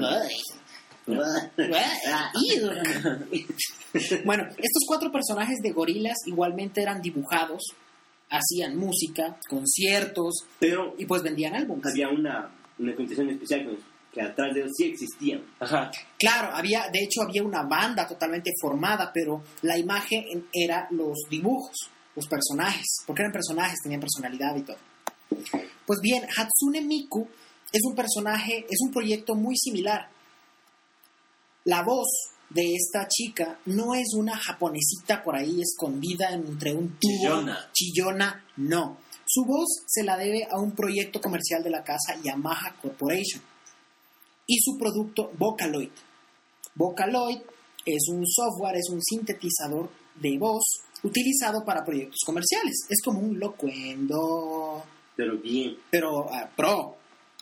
Bueno, estos 4 personajes de Gorillaz igualmente eran dibujados, hacían música, conciertos Pero y pues vendían álbumes. había una condición especial con eso, que atrás de ellos sí existían. Ajá. Claro, de hecho había una banda totalmente formada, pero la imagen era los dibujos, los personajes, porque eran personajes, tenían personalidad y todo. Pues bien, Hatsune Miku es un personaje, es un proyecto muy similar. La voz de esta chica no es una japonesita por ahí escondida entre un tubo. Chillona, no. Su voz se la debe a un proyecto comercial de la casa Yamaha Corporation. y su producto Vocaloid. Vocaloid es un software, es un sintetizador de voz utilizado para proyectos comerciales. Es como un Locuendo, Pero bien. pero pro.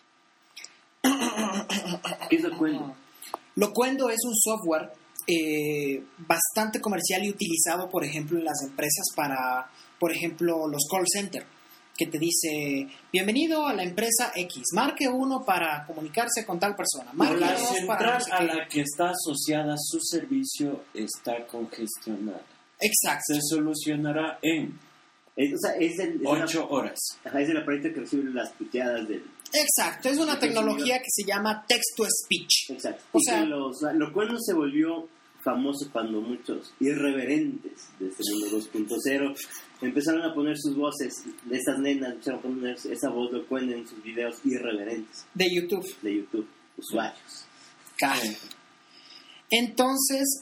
¿Qué es lo cuento? Locuendo es un software bastante comercial y utilizado, por ejemplo, en las empresas para, por ejemplo, los call center, que te dice, bienvenido a la empresa X, marque 1 para comunicarse con tal persona, marque La 2 para central no sé a qué. la que está asociada su servicio está congestionada. Exacto. Se solucionará en O sea, es 8 horas. es el aparato que recibe las puteadas del... Exacto, es una tecnología que se llama text-to-speech. Exacto. O Y sea- que lo cual se volvió famoso cuando muchos irreverentes de este mundo 2.0 empezaron a poner sus voces, de estas nenas empezaron a poner esa voz locuendo en sus videos irreverentes De YouTube. de YouTube, usuarios. Entonces,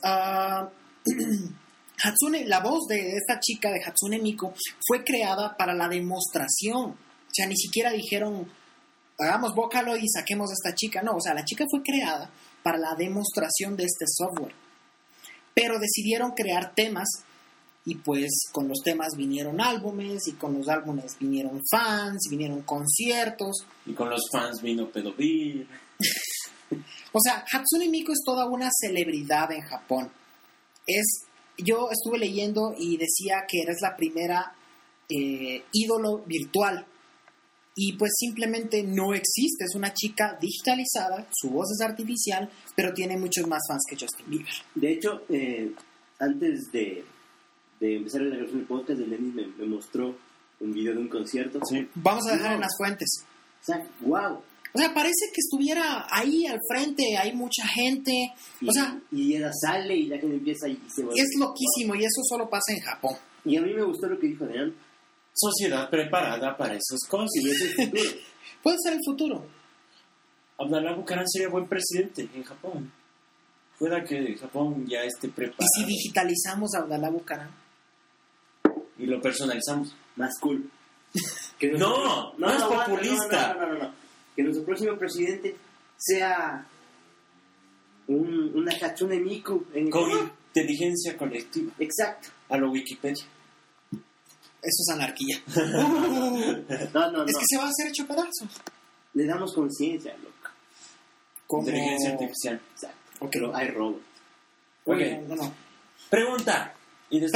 Hatsune, la voz de esta chica de Hatsune Miku fue creada para la demostración. O sea, ni siquiera dijeron, hagamos Vocaloid y saquemos a esta chica. No, o sea, la chica fue creada para la demostración de este software. Pero decidieron crear temas y pues con los temas vinieron álbumes y con los álbumes vinieron fans, vinieron conciertos. Y con los fans vino Pedovir. O sea, Hatsune Miku es toda una celebridad en Japón. Yo estuve leyendo y decía que eres la primera ídolo virtual. Y pues simplemente no existe. Es una chica digitalizada, su voz es artificial, pero tiene muchos más fans que Justin Bieber. De hecho, antes de empezar la grabación del podcast, el Denis me mostró un video de un concierto. Sí. Vamos a dejar No. en las fuentes. O sea, wow. O sea, parece que estuviera ahí al frente, hay mucha gente. O sea, Y ella sale y la gente empieza y se vuelve. es loquísimo y eso solo pasa en Japón. Y a mí me gustó lo que dijo Adrián. Sociedad preparada para esas cosas. Y es el futuro. Puede ser el futuro. Abdalá Bucaram sería buen presidente en Japón. Pueda que Japón ya esté ¿Y preparado. si digitalizamos a Abdalá Bucaram? Y lo personalizamos. Más cool. Que No, no es aguanta, populista. No. Que nuestro próximo presidente sea una Hatsune Miku. Con inteligencia colectiva. Exacto. A lo Wikipedia. Eso es anarquía. No. Es que se va a hacer hecho pedazos. Le damos conciencia, loco. Como... Inteligencia artificial. Exacto. Ok. Pero hay robots. Ok. No. Pregunta. ¿Y desde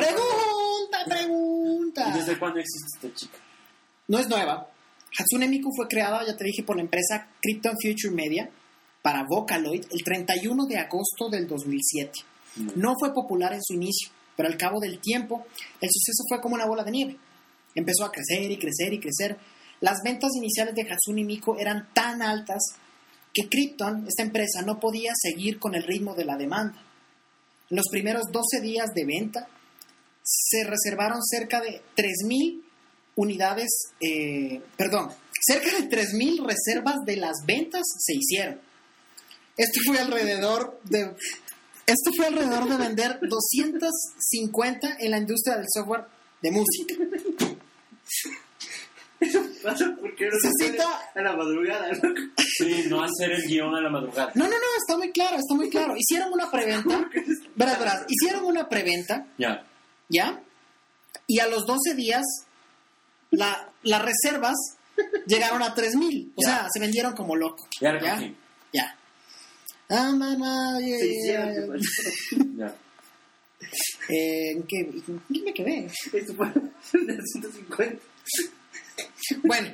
Pregunta. ¿Y desde cuándo existe esta chica? No es nueva. Hatsune Miku fue creada, ya te dije, por la empresa Krypton Future Media para Vocaloid el 31 de agosto del 2007. No fue popular en su inicio, pero al cabo del tiempo el suceso fue como una bola de nieve. Empezó a crecer y crecer y crecer. Las ventas iniciales de Hatsune Miku eran tan altas que Krypton, esta empresa, no podía seguir con el ritmo de la demanda. En los primeros 12 días de venta se reservaron cerca de 3,000 unidades, cerca de 3,000 reservas de las ventas se hicieron. Esto fue alrededor de vender 250 en la industria del software de música. Pasa porque no se Necesita- puede a la madrugada, loco. Sí, no hacer el guión a la madrugada. No, está muy claro. Hicieron una preventa. Verás, hicieron una preventa, Ya. ¿ya? Y a los 12 días, las reservas llegaron a 3,000. O Ya. sea, se vendieron como loco. Ya recogí. Ya. Ah, mamá, yeah, Se hicieron. yeah. Ya. ¿En qué me quedé? Esto fue de 150. Bueno,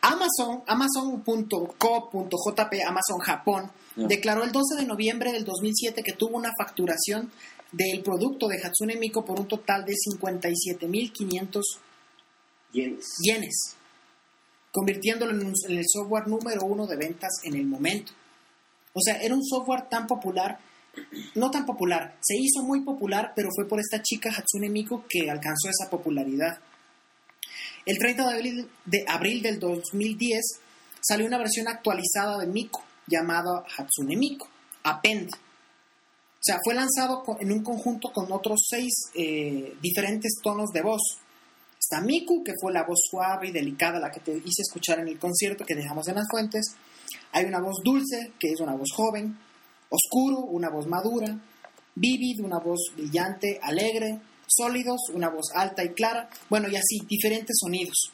Amazon.co.jp, Amazon Japón, Ya. declaró el 12 de noviembre del 2007 que tuvo una facturación del producto de Hatsune Miku por un total de 57,500 yenes, convirtiéndolo en el software número 1 de ventas en el momento. O sea, era un software tan popular, no tan popular, se hizo muy popular, pero fue por esta chica Hatsune Miku que alcanzó esa popularidad. El 30 de abril del 2010 salió una versión actualizada de Miku llamada Hatsune Miku Append. O sea, fue lanzado en un conjunto con otros 6 diferentes tonos de voz. Está Miku, que fue la voz suave y delicada, la que te hice escuchar en el concierto que dejamos en las fuentes. Hay una voz dulce, que es una voz joven, oscuro, una voz madura, vívid, una voz brillante, alegre, sólidos, una voz alta y clara, bueno, y así, diferentes sonidos.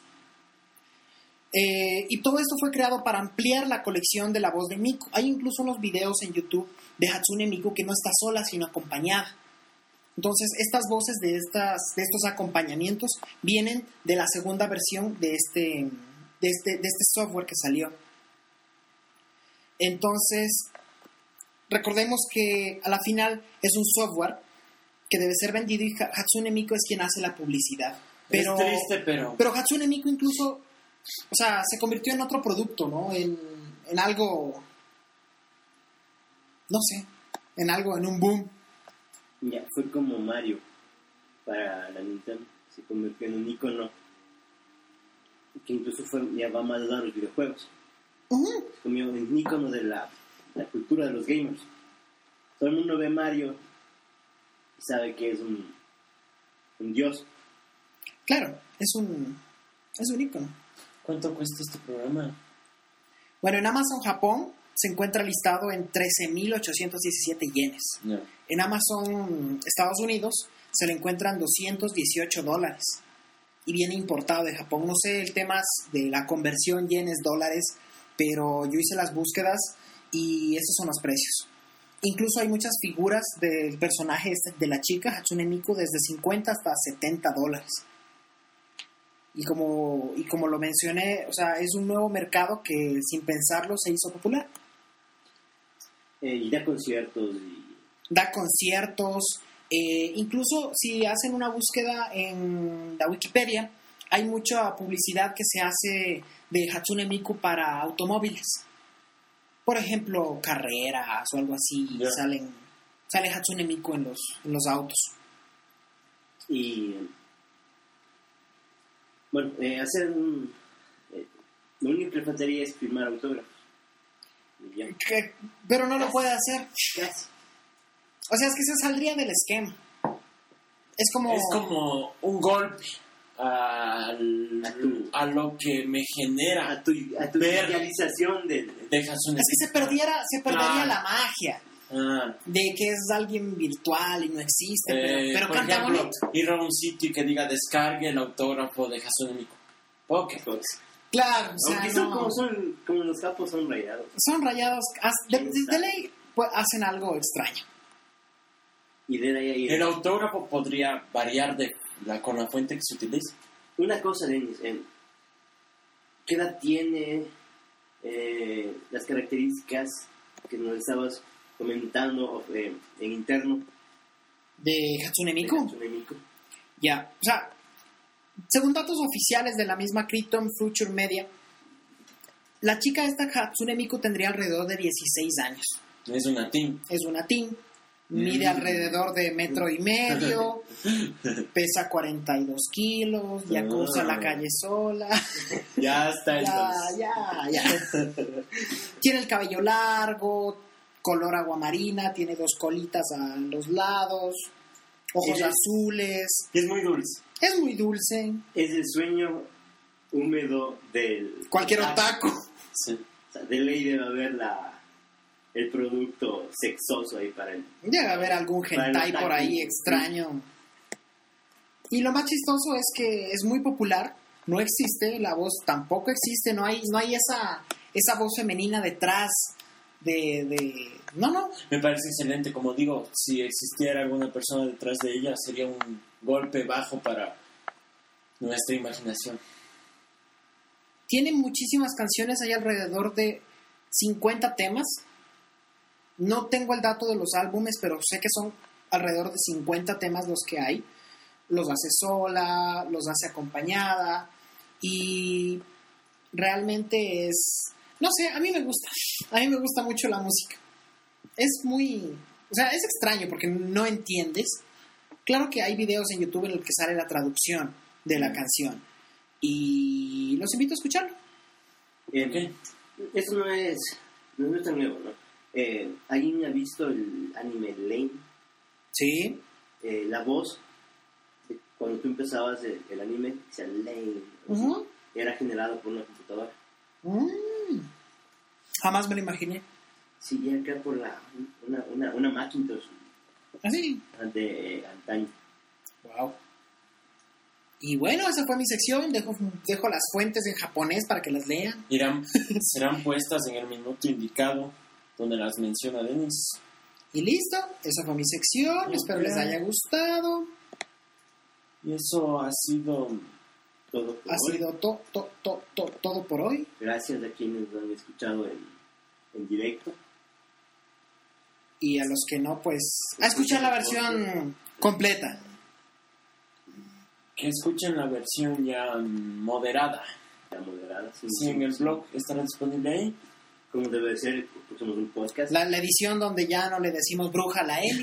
Y todo esto fue creado para ampliar la colección de la voz de Miku. Hay incluso unos videos en YouTube de Hatsune Miku que no está sola, sino acompañada. Entonces, estas voces de estos acompañamientos vienen de la segunda versión de este software que salió. Entonces, recordemos que a la final es un software que debe ser vendido y Hatsune Miku es quien hace la publicidad. Pero, es triste, pero Hatsune Miku incluso, o sea, se convirtió en otro producto, ¿no? En algo, no sé, en un boom. Ya, fue como Mario para la Nintendo. Se convirtió en un icono que incluso ya va más allá de los videojuegos. Se convirtió en un icono de la cultura de los gamers. Todo el mundo ve Mario y sabe que es un dios. Claro, es un icono. ¿cuánto cuesta este programa? Bueno, en Amazon Japón se encuentra listado en 13.817 yenes. No. En Amazon Estados Unidos se le encuentran $218 y viene importado de Japón. No sé el tema de la conversión yenes-dólares, pero yo hice las búsquedas y estos son los precios. Incluso hay muchas figuras del personaje de la chica, Hatsune Miku, desde $50 hasta $70. Y como lo mencioné, o sea, es un nuevo mercado que sin pensarlo se hizo popular. Y da conciertos. Da conciertos. Incluso si hacen una búsqueda en la Wikipedia, hay mucha publicidad que se hace de Hatsune Miku para automóviles. Por ejemplo, carreras o algo así. Yeah. Sale Hatsune Miku en los autos. Y bueno, lo único que le faltaría es firmar autógrafos. Pero no lo puede hacer. Casi. O sea, es que se saldría del esquema. Es como un golpe a lo que me genera a tu ver idealización de Hatsune. Es que se perdería la magia Ah. de que es alguien virtual y no existe, pero por canta ejemplo, bonito. ir a un sitio que diga descargue el autógrafo de Hatsune Miku. Ok. Claro, o sea, aunque como los capos son rayados. son rayados. De ley pues, hacen algo extraño. Y de ahí El autógrafo podría variar con la fuente que se utiliza. una cosa, Denis, ¿qué edad tiene? Las características que nos estabas comentando en interno De Hatsune Miku. de Hatsune Miku. Ya, o sea, según datos oficiales de la misma Krypton Future Media, la chica esta Hatsune Miku tendría alrededor de 16 años. Es una teen. Es una teen, mide alrededor de 1.5 metros, pesa 42 kilos, ya cruza la calle sola. Ya está Ya. Tiene el cabello largo, color aguamarina, tiene 2 colitas a los lados, ojos azules. Es muy dulce. Es muy dulce. Es el sueño húmedo del Cualquier otaku. Sí. O sea, de ley debe haber el producto sexoso ahí para él. Debe haber algún hentai por ahí extraño. Y lo más chistoso es que es muy popular. No existe, la voz tampoco existe. No hay esa voz femenina detrás No. Me parece excelente. Como digo, si existiera alguna persona detrás de ella, sería un golpe bajo para nuestra imaginación. Tiene muchísimas canciones, hay alrededor de 50 temas. No tengo el dato de los álbumes, pero sé que son alrededor de 50 temas los que hay. Los hace sola, los hace acompañada y realmente es... No sé, a mí me gusta. A mí me gusta mucho la música. Es muy... O sea, es extraño porque no entiendes. Claro que hay videos en YouTube en los que sale la traducción de la canción. Y los invito a escucharlo. Okay. Eso no es tan nuevo, ¿no? ¿Alguien ha visto el anime Lane? Sí. La voz, cuando tú empezabas el anime, decía Lane. Uh-huh. Era generado por una computadora. Jamás me lo imaginé. Sí, ya acá por una Macintosh Así. de antaño. Wow. Y bueno, esa fue mi sección. Dejo las fuentes en japonés para que las lean. Serán puestas en el minuto indicado donde las menciona Denis. Y listo, esa fue mi sección. Ok. Espero les haya gustado. Y eso ha sido... Todo por Ha hoy. sido todo por hoy. Gracias a quienes lo han escuchado en directo. Y a los que no, pues, a escuchar la versión completa. Que Que escuchen la versión ya moderada. está moderada. Sí, en el blog estará disponible ahí. Como debe ser, porque somos un podcast. La edición donde ya no le decimos bruja a la Eli.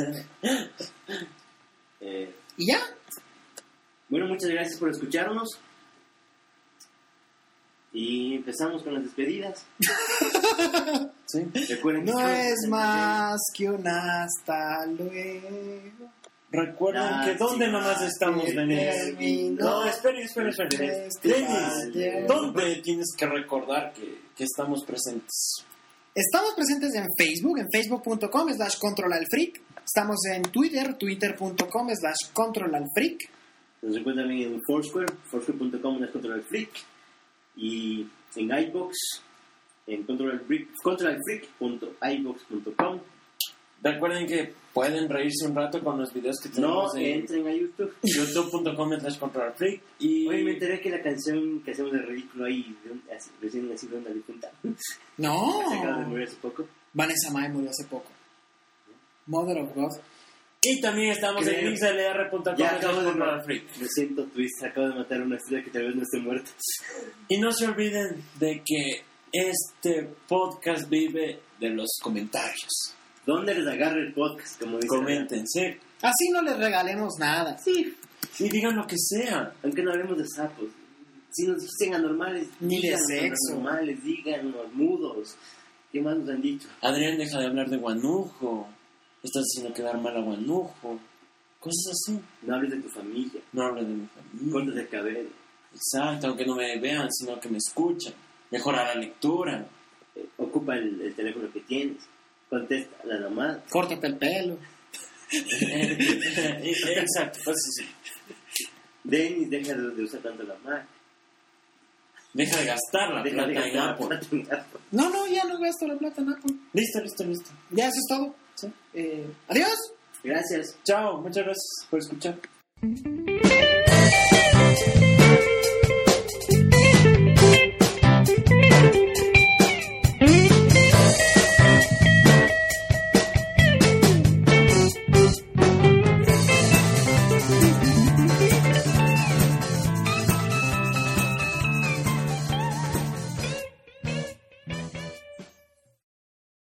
Y ya. Bueno, muchas gracias por escucharnos. Y empezamos con las despedidas. ¿Sí? Recuerden que No estamos es en más que un hasta luego. Recuerden que ¿dónde nomás estamos, Denis? terminó No, esperen. festival de Denis, ¿dónde tienes que recordar que estamos presentes? Estamos presentes en Facebook, en facebook.com/controlalfreak. Estamos en Twitter, twitter.com/controlalfreak. Nos encuentran también en Foursquare, foursquare.com/controlalfreak. Y en iVoox, en controlalfreak.iVoox.com. Recuerden que pueden reírse un rato con los videos que No tenemos en entren a YouTube. youtube.com/controlalfreak. Y Oye, me enteré que la canción que hacemos de ridículo ahí, recién así de una difunta, No. se acaba de morir hace poco. Vanessa Mai murió hace poco. Mother of God. Y también estamos Creo. en xlr.com. Ya acabo de controlalfreak. Me siento twist, acabo de matar a una estrella que tal vez no esté muerta. Y no se olviden de que este podcast vive de los comentarios. ¿Dónde les agarra el podcast? Como dicen. Comenten, sí. Así no les regalemos nada. Sí, Y digan lo que sea. aunque no hablemos de sapos. Si nos dicen anormales, Ni de díganos sexo. anormales, díganos mudos. ¿Qué más nos han dicho? Adrián, deja de hablar de guanujo. Estás haciendo quedar mal a guanujo. Cosas así. No hables de tu familia. No hablo de mi familia. Cortes el cabello. Exacto, aunque no me vean, sino que me escuchan. Mejorar la lectura. Ocupa el teléfono que tienes. Contesta la llamada. Córtate el pelo. Exacto, cosas así. Denis, deja de usar tanto la Mac. Deja de gastar la Deja de plata en gastar Apple. plata en Apple. No, ya no gasto la plata en Apple. Listo. Ya, eso es todo. Sí. Adiós. Gracias. Chao, muchas gracias por escuchar.